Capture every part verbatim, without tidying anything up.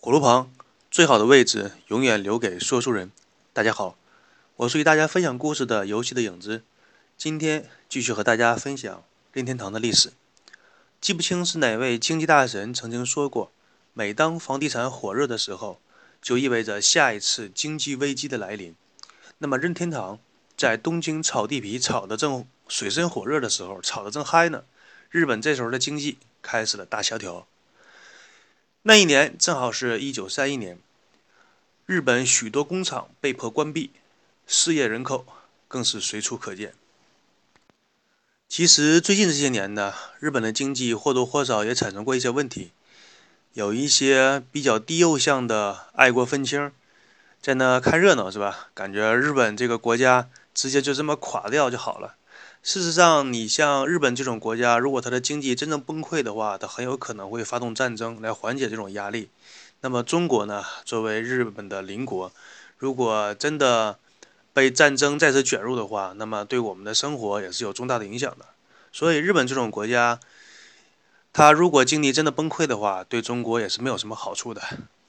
火炉旁最好的位置永远留给说书人。大家好，我是与大家分享故事的游戏的影子。今天继续和大家分享任天堂的历史。记不清是哪位经济大神曾经说过，每当房地产火热的时候，就意味着下一次经济危机的来临。那么任天堂在东京炒地皮炒得正水深火热的时候，炒得正嗨呢，日本这时候的经济开始了大萧条。那一年正好是一九三一年，日本许多工厂被迫关闭，失业人口更是随处可见。其实最近这些年呢，日本的经济或多或少也产生过一些问题，有一些比较低幼向的爱国愤青在那看热闹，是吧？感觉日本这个国家直接就这么垮掉就好了。事实上，你像日本这种国家，如果它的经济真正崩溃的话，它很有可能会发动战争来缓解这种压力。那么中国呢，作为日本的邻国，如果真的被战争再次卷入的话，那么对我们的生活也是有重大的影响的。所以日本这种国家，它如果经济真的崩溃的话，对中国也是没有什么好处的。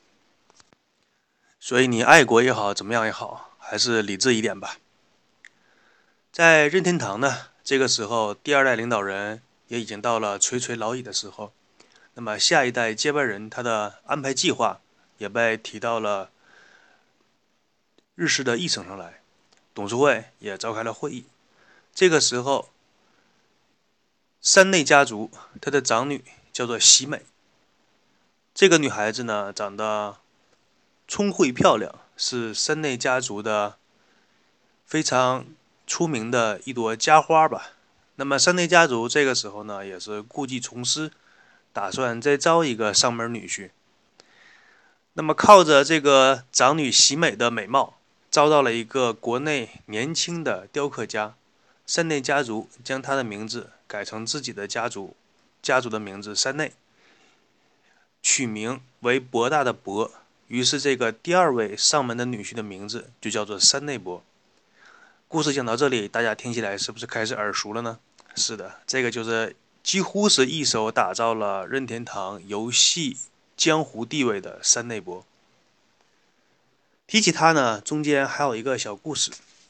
所以你爱国也好，怎么样也好，还是理智一点吧。在任天堂呢，这个时候第二代领导人也已经到了垂垂老矣的时候，那么下一代接班人他的安排计划也被提到了日式的议程上来，董事会也召开了会议。这个时候，山内家族他的长女叫做喜美，这个女孩子呢长得聪慧漂亮，是山内家族的非常出名的一朵家花吧。那么山内家族这个时候呢，也是故技重施，打算再招一个上门女婿。那么靠着这个长女喜美的美貌，招到了一个国内年轻的雕刻家。山内家族将他的名字改成自己的家族家族的名字山内，取名为博大的博。于是这个第二位上门的女婿的名字就叫做山内博。故事讲到这里，大家听起来是不是开始耳熟了呢？是的，这个就是几乎是一手打造了任天堂游戏江湖地位的山内博。提起他呢，中间还有一个小故事，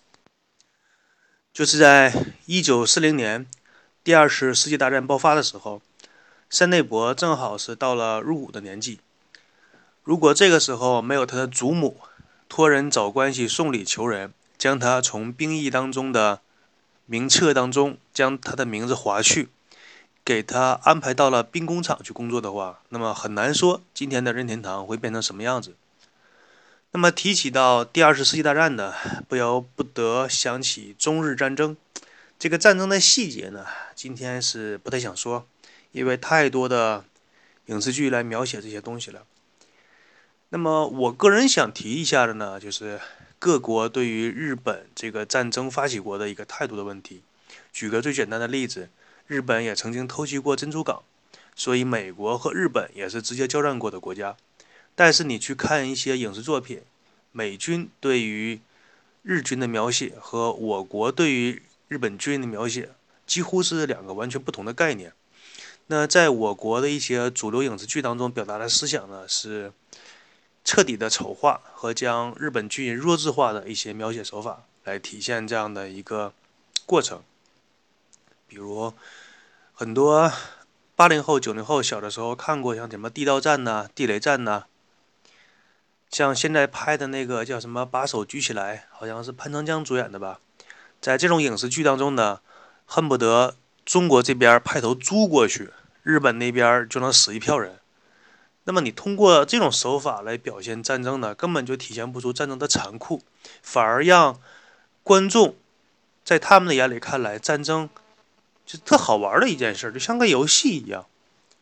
就是在一九四零年第二次世界大战爆发的时候，山内博正好是到了入伍的年纪。如果这个时候没有他的祖母托人找关系送礼求人，将他从兵役当中的名册当中将他的名字划去，给他安排到了兵工厂去工作的话，那么很难说今天的任天堂会变成什么样子。那么提起到第二次世界大战呢，不由不得想起中日战争。这个战争的细节呢，今天是不太想说，因为太多的影视剧来描写这些东西了。那么我个人想提一下的呢，就是各国对于日本这个战争发起国的一个态度的问题。举个最简单的例子，日本也曾经偷袭过珍珠港，所以美国和日本也是直接交战过的国家。但是你去看一些影视作品，美军对于日军的描写和我国对于日本军人的描写几乎是两个完全不同的概念。那在我国的一些主流影视剧当中表达的思想呢，是彻底的丑化和将日本军人弱智化的一些描写手法来体现这样的一个过程。比如很多八零后、九零后小的时候看过像什么地道战呐、地雷战呐，像现在拍的那个叫什么把手举起来，好像是潘长江主演的吧。在这种影视剧当中呢，恨不得中国这边派头猪过去，日本那边就能死一票人。那么你通过这种手法来表现战争呢，根本就体现不出战争的残酷，反而让观众在他们的眼里看来，战争就特好玩的一件事，就像个游戏一样。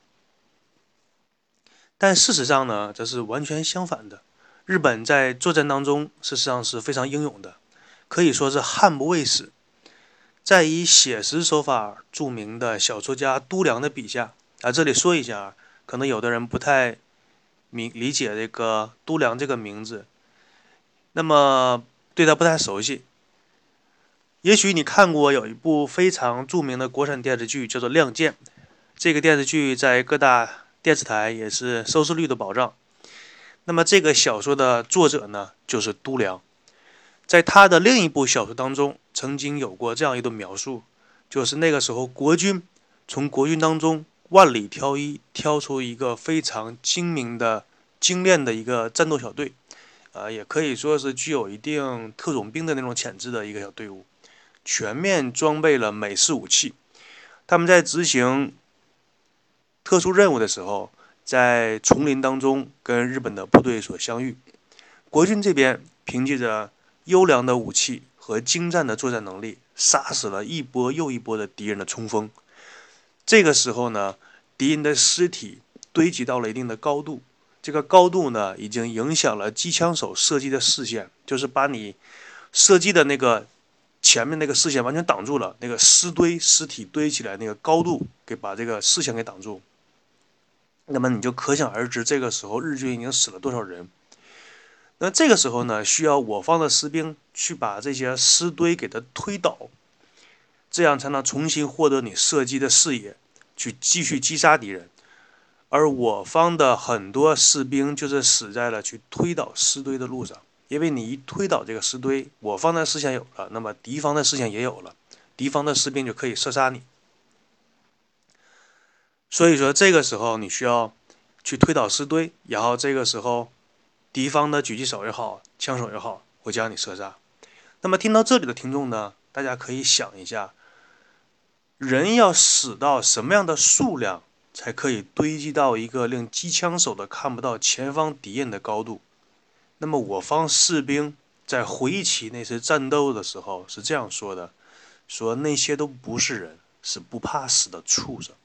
但事实上呢，这是完全相反的。日本在作战当中，事实上是非常英勇的，可以说是悍不畏死。在以写实手法著名的小说家都良的笔下，啊，这里说一下，可能有的人不太明理解这个都良这个名字，那么对他不太熟悉。也许你看过有一部非常著名的国产电视剧叫做《亮剑》，这个电视剧在各大电视台也是收视率的保障。 那么这个小说的作者呢，就是都良。在他的另一部小说当中，曾经有过这样一段描述，就是那个时候国军从国军当中万里挑一，挑出一个非常精明的、精炼的一个战斗小队，啊、呃，也可以说是具有一定特种兵的那种潜质的一个小队伍，全面装备了美式武器。他们在执行特殊任务的时候，在丛林当中跟日本的部队所相遇。国军这边凭借着优良的武器和精湛的作战能力，杀死了一波又一波的敌人的冲锋。这个时候呢，敌人的尸体堆积到了一定的高度，这个高度呢，已经影响了机枪手射击的视线，就是把你射击的那个前面那个视线完全挡住了，那个尸堆尸体堆起来那个高度给把这个视线给挡住。那么你就可想而知，这个时候日军已经死了多少人。那这个时候呢，需要我方的士兵去把这些尸堆给它推倒，这样才能重新获得你射击的视野，去继续击杀敌人。而我方的很多士兵就是死在了去推倒尸堆的路上，因为你一推倒这个尸堆，我方的视线有了，那么敌方的视线也有了，敌方的士兵就可以射杀你。所以说这个时候你需要去推倒尸堆，然后这个时候敌方的狙击手也好，枪手也好，会将你射杀。那么听到这里的听众呢，大家可以想一下，人要死到什么样的数量，才可以堆积到一个令机枪手的看不到前方敌人的高度？那么我方士兵在回忆起那次战斗的时候是这样说的，说那些都不是人，是不怕死的畜生。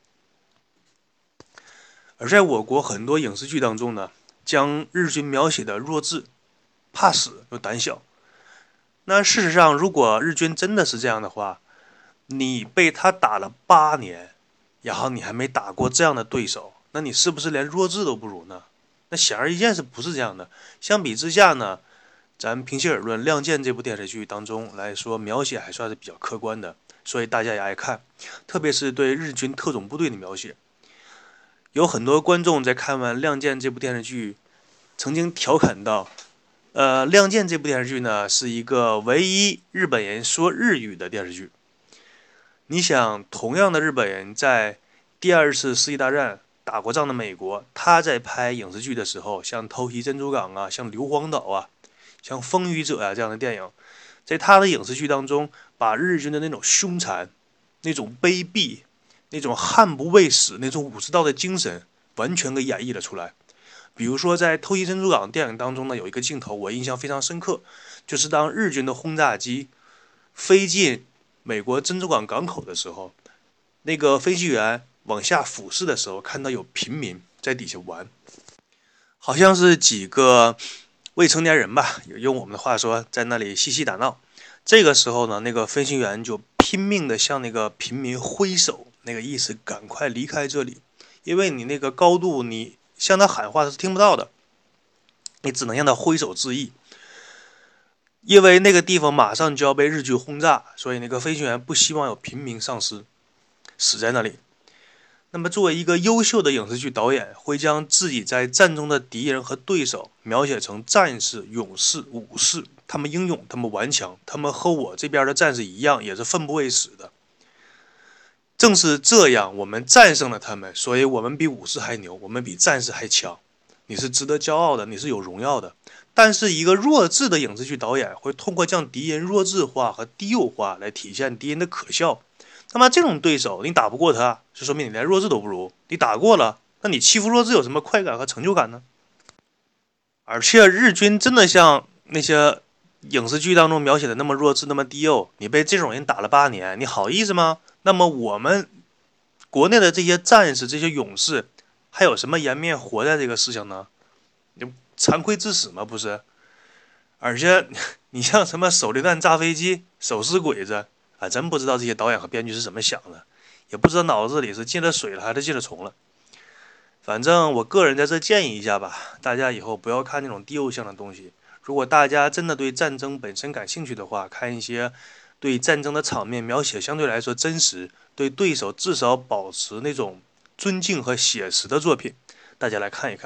而在我国很多影视剧当中呢，将日军描写的弱智、怕死又胆小。那事实上，如果日军真的是这样的话，你被他打了八年，然后你还没打过这样的对手，那你是不是连弱智都不如呢？那显而易见是不是这样的？相比之下呢，咱平心而论，《亮剑》这部电视剧当中来说，描写还算是比较客观的，所以大家也爱看，特别是对日军特种部队的描写。有很多观众在看完《亮剑》这部电视剧，曾经调侃到，呃，《亮剑》这部电视剧呢，是一个唯一日本人说日语的电视剧。你想，同样的日本人在第二次世界大战打过仗的美国，他在拍影视剧的时候，像《偷袭珍珠港》啊，像《硫磺岛》啊，像《风雨者》啊这样的电影，在他的影视剧当中，把日军的那种凶残、那种卑鄙、那种悍不畏死、那种武士道的精神，完全给演绎了出来。比如说，在《偷袭珍珠港》电影当中呢，有一个镜头我印象非常深刻，就是当日军的轰炸机飞进美国珍珠港港口的时候，那个飞行员往下俯视的时候，看到有平民在底下玩，好像是几个未成年人吧，用我们的话说，在那里嬉戏打闹。这个时候呢，那个飞行员就拼命的向那个平民挥手，那个意思赶快离开这里，因为你那个高度，你向他喊话是听不到的，你只能向他挥手致意。因为那个地方马上就要被日军轰炸，所以那个飞行员不希望有平民丧失，死在那里。那么作为一个优秀的影视剧导演，会将自己在战中的敌人和对手描写成战士、勇士、武士，他们英勇，他们顽强，他们和我这边的战士一样，也是奋不畏死的。正是这样，我们战胜了他们，所以我们比武士还牛，我们比战士还强。你是值得骄傲的，你是有荣耀的。但是一个弱智的影视剧导演会通过将敌人弱智化和低幼化来体现敌人的可笑。那么这种对手你打不过他，就说明你连弱智都不如。你打过了，那你欺负弱智有什么快感和成就感呢？而且日军真的像那些影视剧当中描写的那么弱智那么低幼，你被这种人打了八年，你好意思吗？那么我们国内的这些战士、这些勇士，还有什么颜面活在这个世上呢？你惭愧致死吗？不是。而且你像什么手榴弹炸飞机、手撕鬼子啊，真不知道这些导演和编剧是怎么想的，也不知道脑子里是进了水了还是进了虫了。反正我个人在这建议一下吧，大家以后不要看那种低幼向的东西。如果大家真的对战争本身感兴趣的话，看一些对战争的场面描写相对来说真实，对对手至少保持那种尊敬和写实的作品，大家来看一看，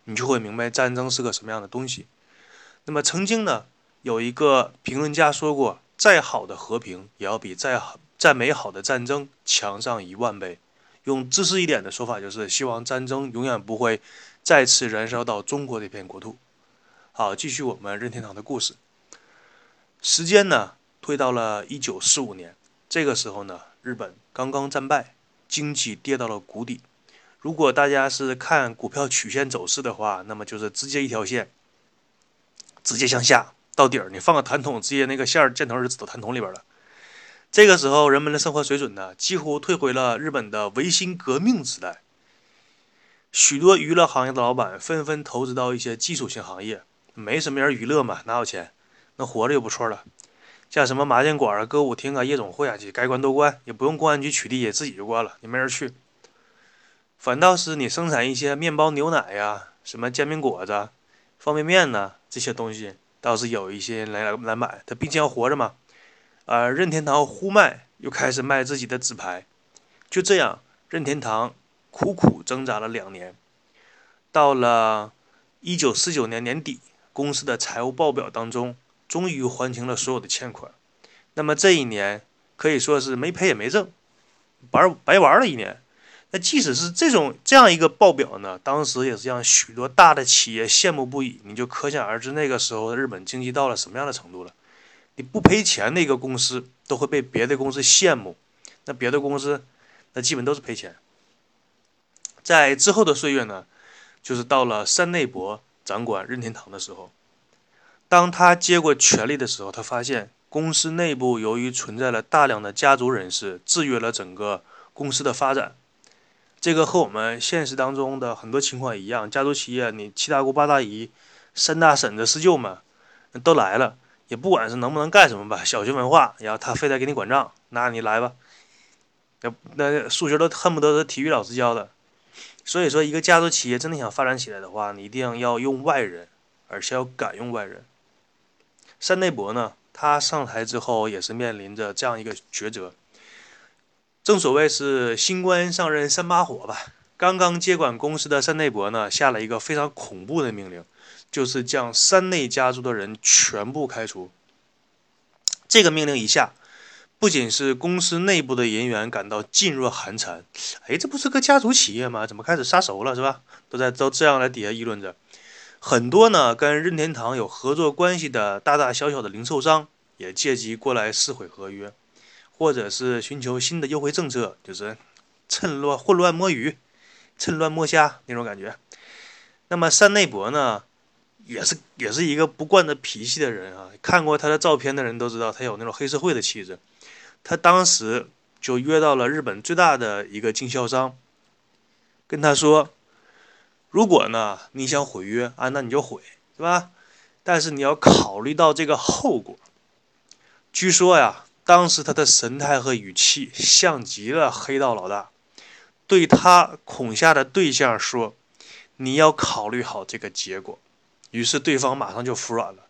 你就会明白战争是个什么样的东西。那么曾经呢，有一个评论家说过，再好的和平也要比再好、再美好的战争强上一万倍。用自私一点的说法，就是希望战争永远不会再次燃烧到中国这片国土。好，继续我们任天堂的故事。时间呢，推到了一九四五年，这个时候呢，日本刚刚战败，经济跌到了谷底。如果大家是看股票曲线走势的话，那么就是直接一条线，直接向下到底儿。你放个弹筒，直接那个线儿箭头就指到弹筒里边了。这个时候，人们的生活水准呢，几乎退回了日本的维新革命时代。许多娱乐行业的老板纷纷投资到一些基础性行业，没什么人娱乐嘛，哪有钱？那活着就不错了。像什么麻将馆啊、歌舞厅啊、夜总会啊，这该关都关，也不用公安局取缔，自己就关了，也没人去。反倒是你生产一些面包、牛奶呀、什么煎饼果子、方便面呐这些东西，倒是有一些人来来买，他毕竟要活着嘛。而任天堂呼麦又开始卖自己的纸牌，就这样，任天堂苦苦挣扎了两年，到了一九四九年年底，公司的财务报表当中终于还清了所有的欠款。那么这一年可以说是没赔也没挣，玩白玩了一年。那即使是这种这样一个报表呢，当时也是让许多大的企业羡慕不已。你就可想而知那个时候的日本经济到了什么样的程度了。你不赔钱的一个公司都会被别的公司羡慕，那别的公司那基本都是赔钱。在之后的岁月呢，就是到了山内博掌管任天堂的时候，当他接过权力的时候，他发现公司内部由于存在了大量的家族人士，制约了整个公司的发展。这个和我们现实当中的很多情况一样，家族企业你七大姑八大姨、三大婶子四舅们都来了，也不管是能不能干什么吧，小学文化，然后他非得给你管账，那你来吧。那那数学都恨不得是体育老师教的。所以说，一个家族企业真的想发展起来的话，你一定要用外人，而且要敢用外人。山内博呢，他上台之后也是面临着这样一个抉择。正所谓是新官上任三把火吧。刚刚接管公司的山内博呢，下了一个非常恐怖的命令，就是将山内家族的人全部开除。这个命令一下，不仅是公司内部的人员感到噤若寒蝉，哎，这不是个家族企业吗？怎么开始杀熟了，是吧？都在都这样来底下议论着。很多呢跟任天堂有合作关系的大大小小的零售商也借机过来撕毁合约，或者是寻求新的优惠政策，就是趁乱混乱摸鱼、趁乱摸虾那种感觉。那么山内博呢，也是也是一个不惯着脾气的人啊。看过他的照片的人都知道，他有那种黑社会的气质。他当时就约到了日本最大的一个经销商，跟他说，如果呢你想毁约啊，那你就毁，是吧？但是你要考虑到这个后果。据说呀，当时他的神态和语气像极了黑道老大，对他恐吓的对象说，你要考虑好这个结果。于是对方马上就服软了。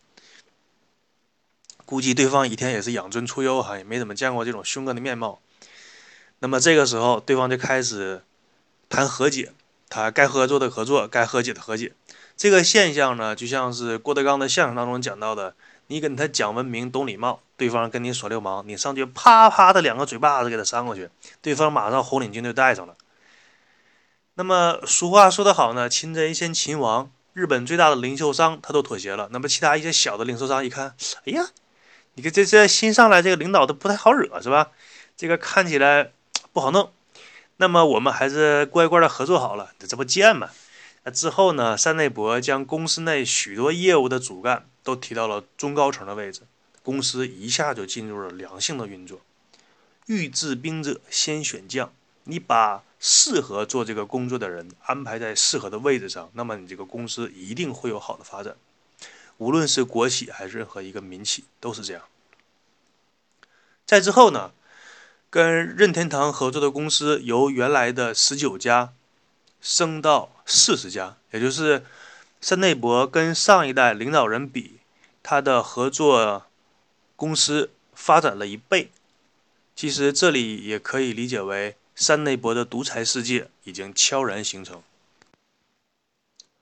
估计对方一天也是养尊处优哈，也没怎么见过这种凶恶的面貌。那么这个时候，对方就开始谈和解，他该合作的合作，该和解的和解。这个现象呢，就像是郭德纲的相声当中讲到的，你跟他讲文明、懂礼貌，对方跟你耍流氓，你上去啪啪的两个嘴巴子给他扇过去，对方马上红领巾就戴上了。那么俗话说得好呢，擒贼先擒王。日本最大的零售商他都妥协了，那么其他一些小的零售商一看，哎呀，你看这这新上来这个领导都不太好惹是吧？这个看起来不好弄，那么我们还是乖乖的合作好了，这不贱吗？那之后呢，山内博将公司内许多业务的主干都提到了中高层的位置，公司一下就进入了良性的运作。欲治兵者先选将，你把适合做这个工作的人安排在适合的位置上，那么你这个公司一定会有好的发展。无论是国企还是任何一个民企都是这样。再之后呢，跟任天堂合作的公司由原来的十九家升到四十家，也就是山内博跟上一代领导人比，他的合作公司发展了一倍。其实这里也可以理解为山内博的独裁世界已经悄然形成。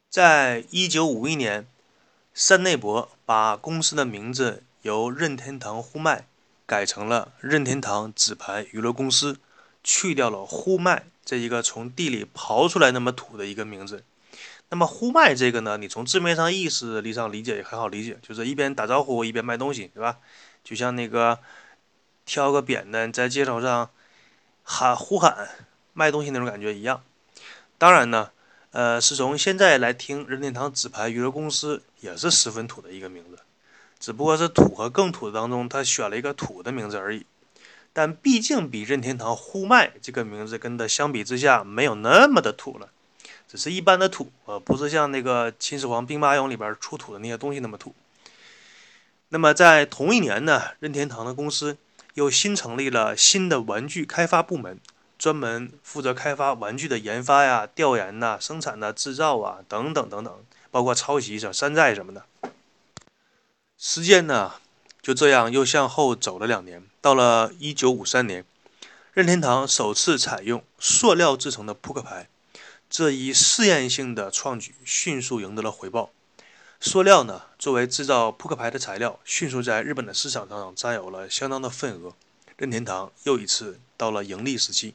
在一九五一年，山内博把公司的名字由任天堂呼麦改成了任天堂纸牌娱乐公司，去掉了呼麦这一个从地里刨出来那么土的一个名字。那么呼麦这个呢，你从字面上意思上理解也很好理解，就是一边打招呼一边卖东西，对吧？就像那个挑个扁担在街头上喊呼喊卖东西那种感觉一样。当然呢，呃，是从现在来听，任天堂纸牌娱乐公司也是十分土的一个名字，只不过是土和更土的当中，他选了一个土的名字而已。但毕竟比任天堂呼麦这个名字跟它相比之下没有那么的土了，只是一般的土，呃，不是像那个秦始皇兵马俑里边出土的那些东西那么土。那么在同一年呢，任天堂的公司又新成立了新的玩具开发部门，专门负责开发玩具的研发呀、调研呐、生产呐、制造啊等等等等，包括抄袭、山寨什么的。时间呢，就这样又向后走了两年，到了一九五三年，任天堂首次采用塑料制成的扑克牌，这一试验性的创举迅速赢得了回报。塑料呢，作为制造扑克牌的材料，迅速在日本的市场上占有了相当的份额。任天堂又一次到了盈利时期。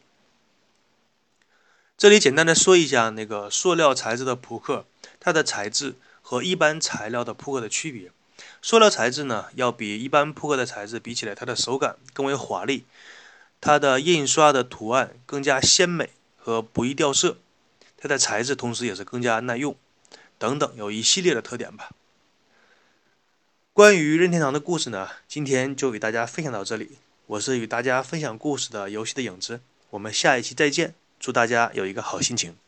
这里简单的说一下那个塑料材质的扑克，它的材质和一般材料的扑克的区别。塑料材质呢，要比一般扑克的材质比起来，它的手感更为华丽，它的印刷的图案更加鲜美和不易掉色，它的材质同时也是更加耐用，等等，有一系列的特点吧。关于任天堂的故事呢，今天就与大家分享到这里。我是与大家分享故事的游戏的影子，我们下一期再见，祝大家有一个好心情。